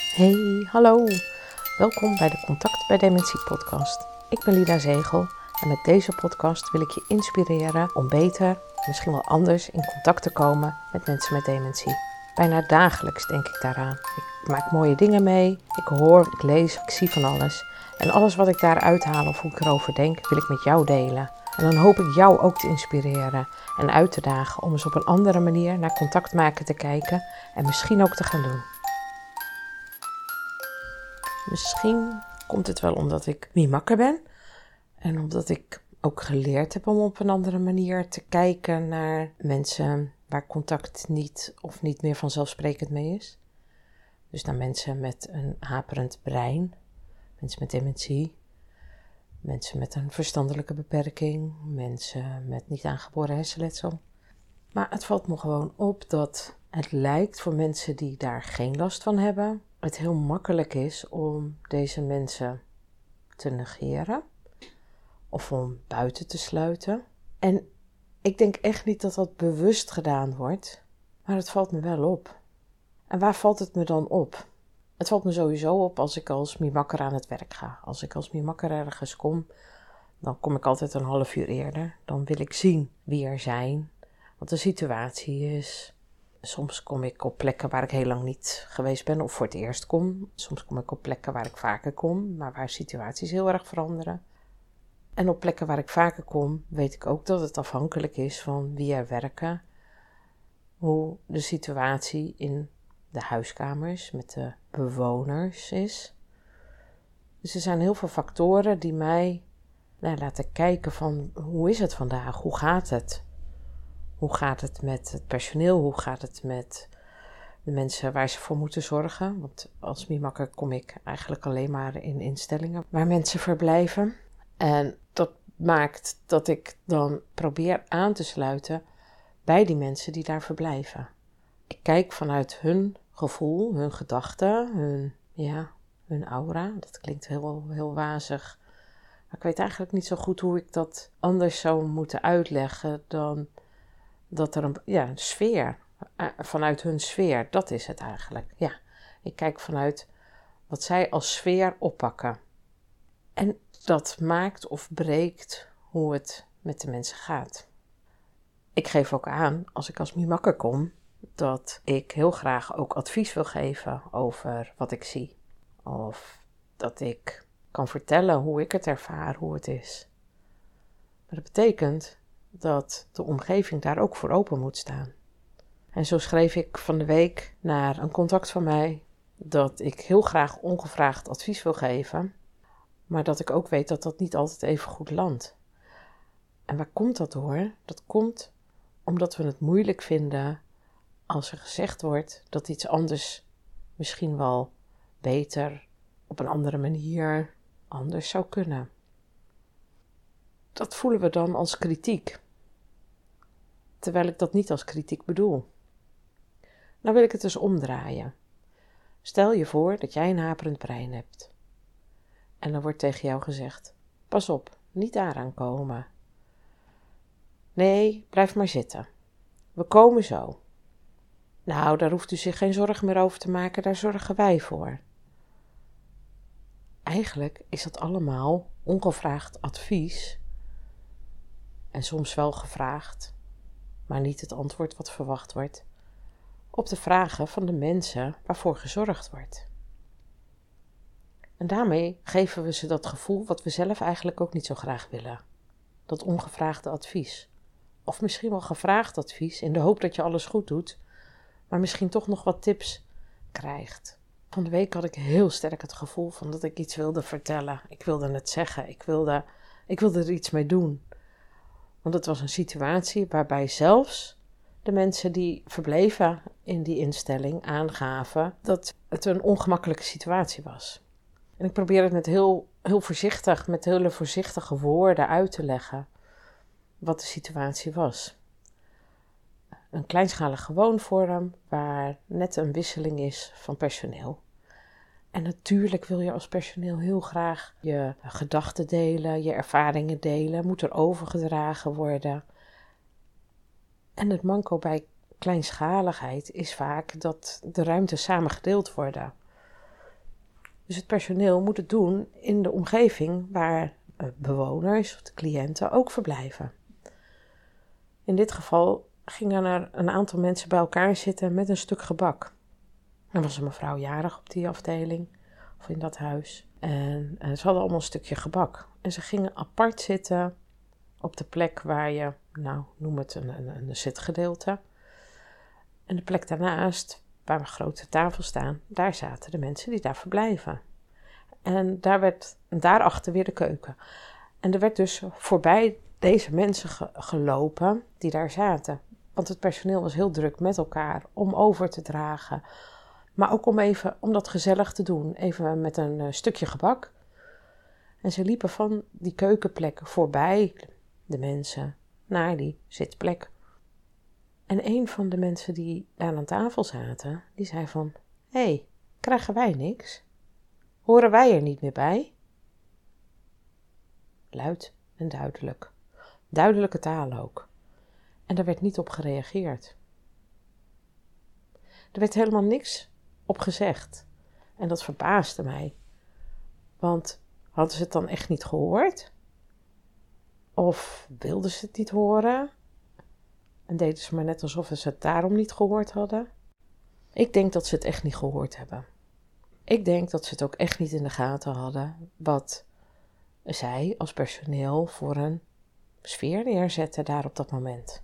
Hey, hallo. Welkom bij de Contact bij Dementie podcast. Ik ben Lida Zegel en met deze podcast wil ik je inspireren om beter, misschien wel anders, in contact te komen met mensen met dementie. Bijna dagelijks denk ik daaraan. Ik maak mooie dingen mee, ik hoor, ik lees, ik zie van alles. En alles wat ik daaruit haal of hoe ik erover denk, wil ik met jou delen. En dan hoop ik jou ook te inspireren en uit te dagen om eens op een andere manier naar contact maken te kijken en misschien ook te gaan doen. Misschien komt het wel omdat ik miemakker ben en omdat ik ook geleerd heb om op een andere manier te kijken naar mensen waar contact niet of niet meer vanzelfsprekend mee is. Dus naar mensen met een haperend brein, mensen met dementie, mensen met een verstandelijke beperking, mensen met niet aangeboren hersenletsel. Maar het valt me gewoon op dat het lijkt voor mensen die daar geen last van hebben, het heel makkelijk is om deze mensen te negeren of om buiten te sluiten. En ik denk echt niet dat dat bewust gedaan wordt, maar het valt me wel op. En waar valt het me dan op? Het valt me sowieso op als ik als miemakker aan het werk ga. Als ik als miemakker ergens kom, dan kom ik altijd een half uur eerder. Dan wil ik zien wie er zijn, wat de situatie is. Soms kom ik op plekken waar ik heel lang niet geweest ben of voor het eerst kom. Soms kom ik op plekken waar ik vaker kom, maar waar situaties heel erg veranderen. En op plekken waar ik vaker kom, weet ik ook dat het afhankelijk is van wie er werken. Hoe de situatie in de huiskamers met de bewoners is. Dus er zijn heel veel factoren die mij laten kijken van hoe is het vandaag, hoe gaat het? Hoe gaat het met het personeel? Hoe gaat het met de mensen waar ze voor moeten zorgen? Want als miemakker kom ik eigenlijk alleen maar in instellingen waar mensen verblijven. En dat maakt dat ik dan probeer aan te sluiten bij die mensen die daar verblijven. Ik kijk vanuit hun gevoel, hun gedachten, hun aura. Dat klinkt heel wazig. Maar ik weet eigenlijk niet zo goed hoe ik dat anders zou moeten uitleggen dan dat er een sfeer, vanuit hun sfeer, dat is het eigenlijk. Ja, ik kijk vanuit wat zij als sfeer oppakken. En dat maakt of breekt hoe het met de mensen gaat. Ik geef ook aan, als ik als miemakker kom, dat ik heel graag ook advies wil geven over wat ik zie. Of dat ik kan vertellen hoe ik het ervaar, hoe het is. Maar dat betekent dat de omgeving daar ook voor open moet staan. En zo schreef ik van de week naar een contact van mij dat ik heel graag ongevraagd advies wil geven, maar dat ik ook weet dat dat niet altijd even goed landt. En waar komt dat door? Dat komt omdat we het moeilijk vinden als er gezegd wordt dat iets anders misschien wel beter, op een andere manier, anders zou kunnen. Dat voelen we dan als kritiek, terwijl ik dat niet als kritiek bedoel. Nou wil ik het dus omdraaien. Stel je voor dat jij een haperend brein hebt. En dan wordt tegen jou gezegd, pas op, niet daaraan komen. Nee, blijf maar zitten. We komen zo. Nou, daar hoeft u zich geen zorgen meer over te maken, daar zorgen wij voor. Eigenlijk is dat allemaal ongevraagd advies. En soms wel gevraagd, maar niet het antwoord wat verwacht wordt, op de vragen van de mensen waarvoor gezorgd wordt. En daarmee geven we ze dat gevoel wat we zelf eigenlijk ook niet zo graag willen. Dat ongevraagde advies. Of misschien wel gevraagd advies in de hoop dat je alles goed doet, maar misschien toch nog wat tips krijgt. Van de week had ik heel sterk het gevoel van dat ik iets wilde vertellen. Ik wilde het zeggen, ik wilde er iets mee doen. Want het was een situatie waarbij zelfs de mensen die verbleven in die instelling aangaven dat het een ongemakkelijke situatie was. En ik probeer het met heel voorzichtig, met hele voorzichtige woorden uit te leggen wat de situatie was. Een kleinschalige woonvorm waar net een wisseling is van personeel. En natuurlijk wil je als personeel heel graag je gedachten delen, je ervaringen delen, moet er overgedragen worden. En het manco bij kleinschaligheid is vaak dat de ruimtes samen gedeeld worden. Dus het personeel moet het doen in de omgeving waar bewoners of de cliënten ook verblijven. In dit geval gingen er een aantal mensen bij elkaar zitten met een stuk gebak. Er was een mevrouw jarig op die afdeling, of in dat huis. En ze hadden allemaal een stukje gebak. En ze gingen apart zitten op de plek waar je, noem het een zitgedeelte. En de plek daarnaast, waar een grote tafel staan, daar zaten de mensen die daar verblijven. En daarachter weer de keuken. En er werd dus voorbij deze mensen gelopen die daar zaten. Want het personeel was heel druk met elkaar om over te dragen. Maar ook om dat gezellig te doen. Even met een stukje gebak. En ze liepen van die keukenplek voorbij de mensen naar die zitplek. En een van de mensen die daar aan tafel zaten, die zei van... Hé, krijgen wij niks? Horen wij er niet meer bij? Luid en duidelijk. Duidelijke taal ook. En daar werd niet op gereageerd. Er werd helemaal niks op gezegd. En dat verbaasde mij. Want hadden ze het dan echt niet gehoord? Of wilden ze het niet horen? En deden ze maar net alsof ze het daarom niet gehoord hadden? Ik denk dat ze het echt niet gehoord hebben. Ik denk dat ze het ook echt niet in de gaten hadden wat zij als personeel voor een sfeer neerzetten daar op dat moment.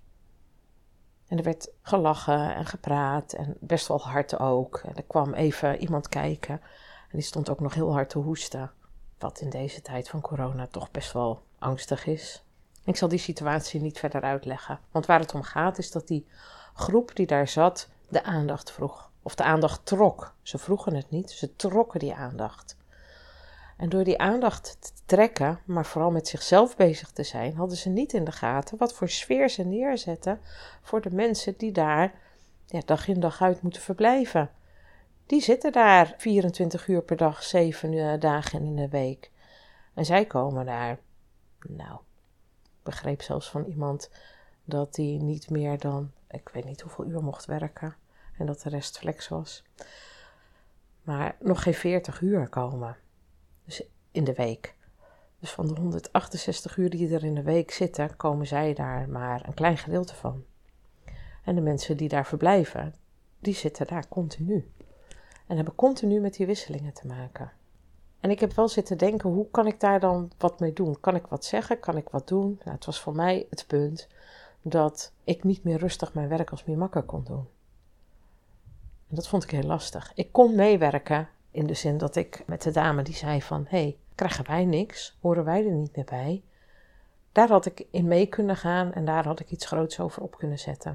En er werd gelachen en gepraat en best wel hard ook. En er kwam even iemand kijken en die stond ook nog heel hard te hoesten. Wat in deze tijd van corona toch best wel angstig is. Ik zal die situatie niet verder uitleggen. Want waar het om gaat is dat die groep die daar zat de aandacht vroeg. Of de aandacht trok. Ze vroegen het niet, ze trokken die aandacht. En door die aandacht te trekken, maar vooral met zichzelf bezig te zijn, hadden ze niet in de gaten wat voor sfeer ze neerzetten voor de mensen die daar dag in dag uit moeten verblijven. Die zitten daar 24 uur per dag, 7 dagen in de week. En zij komen daar, ik begreep zelfs van iemand dat die niet meer dan, ik weet niet hoeveel uur mocht werken en dat de rest flex was. Maar nog geen 40 uur komen. Dus in de week. Dus van de 168 uur die er in de week zitten, komen zij daar maar een klein gedeelte van. En de mensen die daar verblijven, die zitten daar continu. En hebben continu met die wisselingen te maken. En ik heb wel zitten denken, hoe kan ik daar dan wat mee doen? Kan ik wat zeggen? Kan ik wat doen? Nou, het was voor mij het punt dat ik niet meer rustig mijn werk als Mimakker kon doen. En dat vond ik heel lastig. Ik kon meewerken in de zin dat ik met de dame die zei van... Hé, krijgen wij niks? Horen wij er niet meer bij? Daar had ik in mee kunnen gaan en daar had ik iets groots over op kunnen zetten.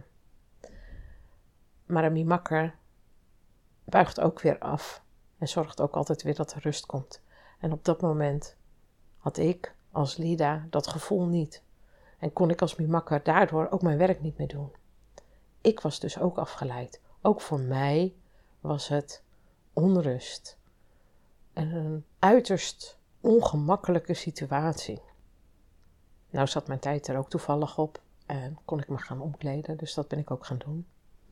Maar een Mimakker buigt ook weer af en zorgt ook altijd weer dat er rust komt. En op dat moment had ik als Lida dat gevoel niet. En kon ik als Mimakker daardoor ook mijn werk niet meer doen. Ik was dus ook afgeleid. Ook voor mij was het onrust. En een uiterst ongemakkelijke situatie. Nou zat mijn tijd er ook toevallig op en kon ik me gaan omkleden, dus dat ben ik ook gaan doen.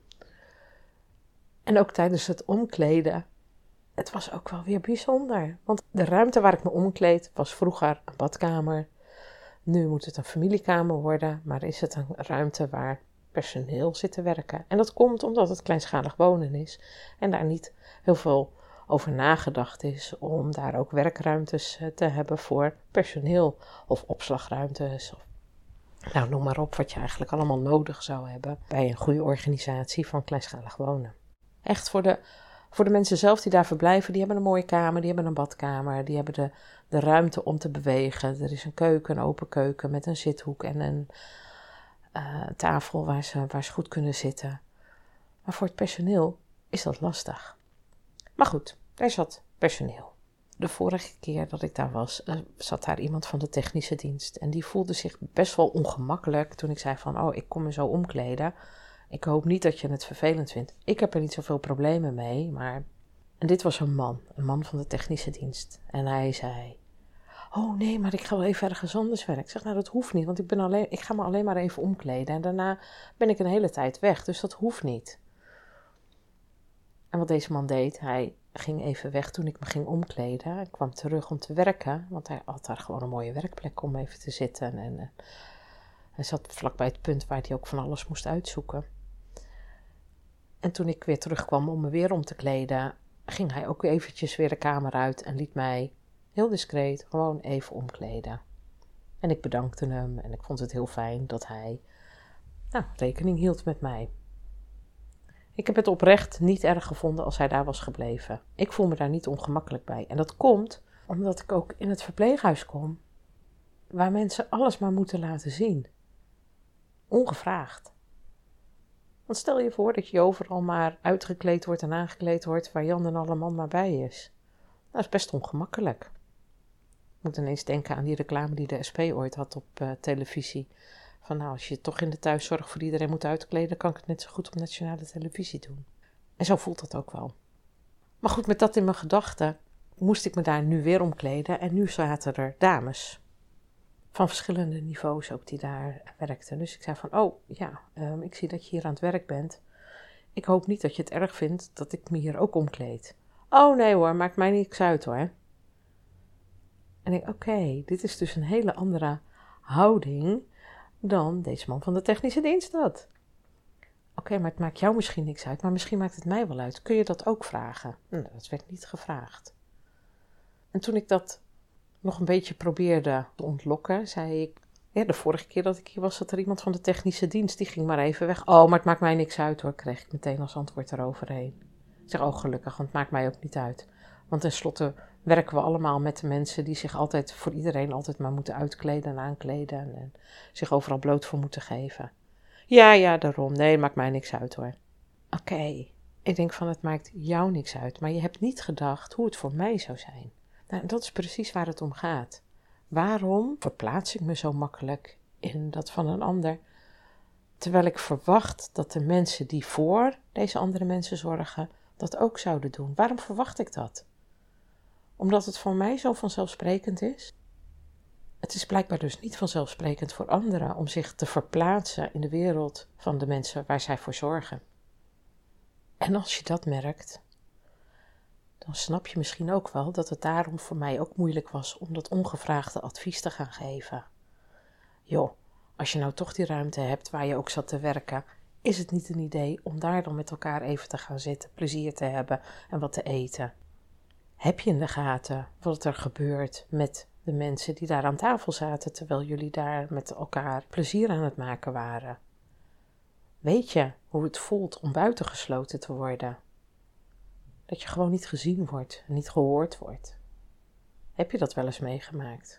En ook tijdens het omkleden, het was ook wel weer bijzonder. Want de ruimte waar ik me omkleed was vroeger een badkamer. Nu moet het een familiekamer worden, maar is het een ruimte waar personeel zit te werken. En dat komt omdat het kleinschalig wonen is en daar niet heel veel over nagedacht is om daar ook werkruimtes te hebben voor personeel of opslagruimtes. Of, noem maar op wat je eigenlijk allemaal nodig zou hebben bij een goede organisatie van kleinschalig wonen. Echt voor de mensen zelf die daar verblijven, die hebben een mooie kamer, die hebben een badkamer, die hebben de ruimte om te bewegen. Er is een keuken, een open keuken met een zithoek en een tafel waar ze goed kunnen zitten. Maar voor het personeel is dat lastig. Maar goed, daar zat personeel. De vorige keer dat ik daar was, zat daar iemand van de technische dienst. En die voelde zich best wel ongemakkelijk toen ik zei van, ik kom me zo omkleden. Ik hoop niet dat je het vervelend vindt. Ik heb er niet zoveel problemen mee, maar... En dit was een man van de technische dienst. En hij zei, nee, maar ik ga wel even ergens anders werken. Ik zeg, dat hoeft niet, want ik ga me alleen maar even omkleden. En daarna ben ik een hele tijd weg, dus dat hoeft niet. En wat deze man deed, hij ging even weg toen ik me ging omkleden. Ik kwam terug om te werken, want hij had daar gewoon een mooie werkplek om even te zitten. En hij zat vlakbij het punt waar hij ook van alles moest uitzoeken. En toen ik weer terugkwam om me weer om te kleden, ging hij ook eventjes weer de kamer uit en liet mij heel discreet gewoon even omkleden. En ik bedankte hem en ik vond het heel fijn dat hij rekening hield met mij. Ik heb het oprecht niet erg gevonden als hij daar was gebleven. Ik voel me daar niet ongemakkelijk bij. En dat komt omdat ik ook in het verpleeghuis kom, waar mensen alles maar moeten laten zien. Ongevraagd. Want stel je voor dat je overal maar uitgekleed wordt en aangekleed wordt waar Jan en alle man maar bij is. Dat is best ongemakkelijk. Ik moet ineens denken aan die reclame die de SP ooit had op televisie. Van als je toch in de thuiszorg voor iedereen moet uitkleden, kan ik het net zo goed op nationale televisie doen. En zo voelt dat ook wel. Maar goed, met dat in mijn gedachten moest ik me daar nu weer omkleden. En nu zaten er dames van verschillende niveaus ook die daar werkten. Dus ik zei van, ik zie dat je hier aan het werk bent. Ik hoop niet dat je het erg vindt dat ik me hier ook omkleed. Oh nee hoor, maakt mij niks uit hoor. En ik oké, dit is dus een hele andere houding dan deze man van de technische dienst had. Oké, maar het maakt jou misschien niks uit, maar misschien maakt het mij wel uit. Kun je dat ook vragen? Nou, dat werd niet gevraagd. En toen ik dat nog een beetje probeerde te ontlokken, zei ik, de vorige keer dat ik hier was, zat er iemand van de technische dienst, die ging maar even weg. Oh, maar het maakt mij niks uit hoor, kreeg ik meteen als antwoord eroverheen. Ik zeg, gelukkig, want het maakt mij ook niet uit. Want tenslotte werken we allemaal met de mensen die zich altijd voor iedereen altijd maar moeten uitkleden en aankleden en zich overal bloot voor moeten geven. Ja, daarom. Nee, het maakt mij niks uit hoor. Oké, ik denk van het maakt jou niks uit, maar je hebt niet gedacht hoe het voor mij zou zijn. Nou, dat is precies waar het om gaat. Waarom verplaats ik me zo makkelijk in dat van een ander, terwijl ik verwacht dat de mensen die voor deze andere mensen zorgen, dat ook zouden doen? Waarom verwacht ik dat? Omdat het voor mij zo vanzelfsprekend is? Het is blijkbaar dus niet vanzelfsprekend voor anderen om zich te verplaatsen in de wereld van de mensen waar zij voor zorgen. En als je dat merkt, dan snap je misschien ook wel dat het daarom voor mij ook moeilijk was om dat ongevraagde advies te gaan geven. Joh, als je nou toch die ruimte hebt waar je ook zat te werken, is het niet een idee om daar dan met elkaar even te gaan zitten, plezier te hebben en wat te eten? Heb je in de gaten wat er gebeurt met de mensen die daar aan tafel zaten, terwijl jullie daar met elkaar plezier aan het maken waren? Weet je hoe het voelt om buitengesloten te worden? Dat je gewoon niet gezien wordt en niet gehoord wordt. Heb je dat wel eens meegemaakt?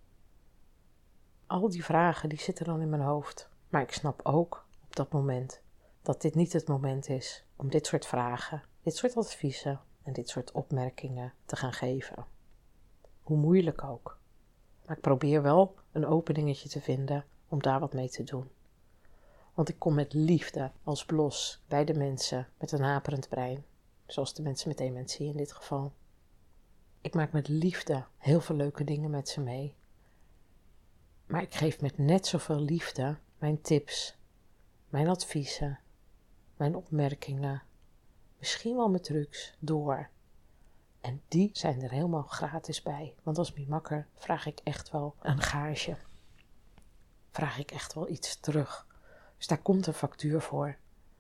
Al die vragen die zitten dan in mijn hoofd. Maar ik snap ook op dat moment dat dit niet het moment is om dit soort vragen, dit soort adviezen en dit soort opmerkingen te gaan geven. Hoe moeilijk ook. Maar ik probeer wel een openingetje te vinden om daar wat mee te doen. Want ik kom met liefde als blos bij de mensen met een haperend brein. Zoals de mensen met dementie in dit geval. Ik maak met liefde heel veel leuke dingen met ze mee. Maar ik geef met net zoveel liefde mijn tips, mijn adviezen, mijn opmerkingen, misschien wel mijn trucs door. En die zijn er helemaal gratis bij. Want als mimakker vraag ik echt wel een gage. Vraag ik echt wel iets terug. Dus daar komt een factuur voor.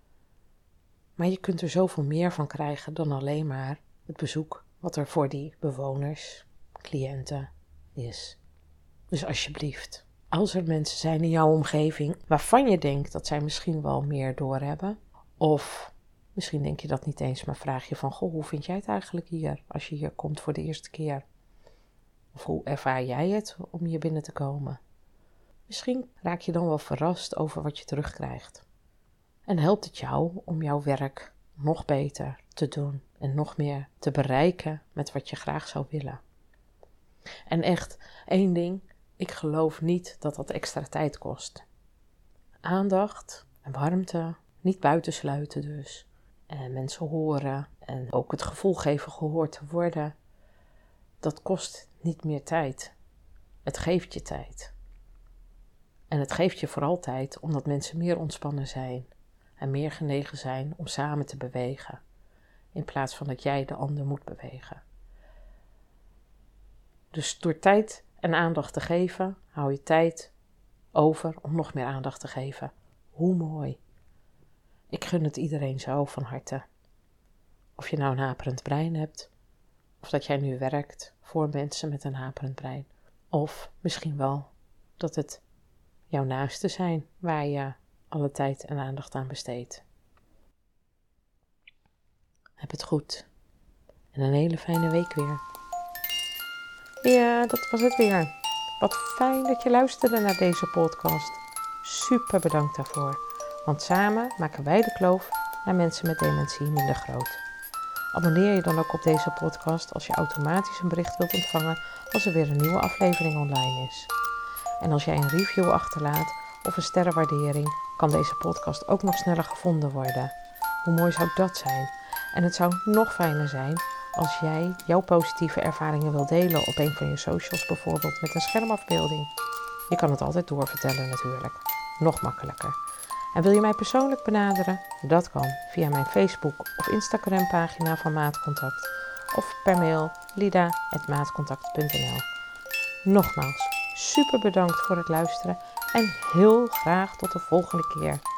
Maar je kunt er zoveel meer van krijgen dan alleen maar het bezoek wat er voor die bewoners, cliënten is. Dus alsjeblieft, als er mensen zijn in jouw omgeving waarvan je denkt dat zij misschien wel meer doorhebben, of misschien denk je dat niet eens, maar vraag je van, goh, hoe vind jij het eigenlijk hier als je hier komt voor de eerste keer? Of hoe ervaar jij het om hier binnen te komen? Misschien raak je dan wel verrast over wat je terugkrijgt. En helpt het jou om jouw werk nog beter te doen en nog meer te bereiken met wat je graag zou willen. En echt, één ding, ik geloof niet dat dat extra tijd kost. Aandacht en warmte, niet buitensluiten dus. En mensen horen en ook het gevoel geven gehoord te worden, dat kost niet meer tijd. Het geeft je tijd. En het geeft je vooral tijd omdat mensen meer ontspannen zijn en meer genegen zijn om samen te bewegen. in plaats van dat jij de ander moet bewegen. Dus door tijd en aandacht te geven, hou je tijd over om nog meer aandacht te geven. Hoe mooi. Ik gun het iedereen zo van harte. Of je nou een haperend brein hebt, of dat jij nu werkt voor mensen met een haperend brein. Of misschien wel dat het jouw naasten zijn waar je alle tijd en aandacht aan besteedt. Heb het goed. En een hele fijne week weer. Ja, dat was het weer. Wat fijn dat je luisterde naar deze podcast. Super bedankt daarvoor. Want samen maken wij de kloof naar mensen met dementie minder groot. Abonneer je dan ook op deze podcast als je automatisch een bericht wilt ontvangen als er weer een nieuwe aflevering online is. En als jij een review achterlaat of een sterrenwaardering, kan deze podcast ook nog sneller gevonden worden. Hoe mooi zou dat zijn? En het zou nog fijner zijn als jij jouw positieve ervaringen wilt delen op een van je socials, bijvoorbeeld met een schermafbeelding. Je kan het altijd doorvertellen natuurlijk. Nog makkelijker. En wil je mij persoonlijk benaderen? Dat kan via mijn Facebook of Instagram pagina van Maatcontact of per mail lida@maatcontact.nl. Nogmaals, super bedankt voor het luisteren en heel graag tot de volgende keer.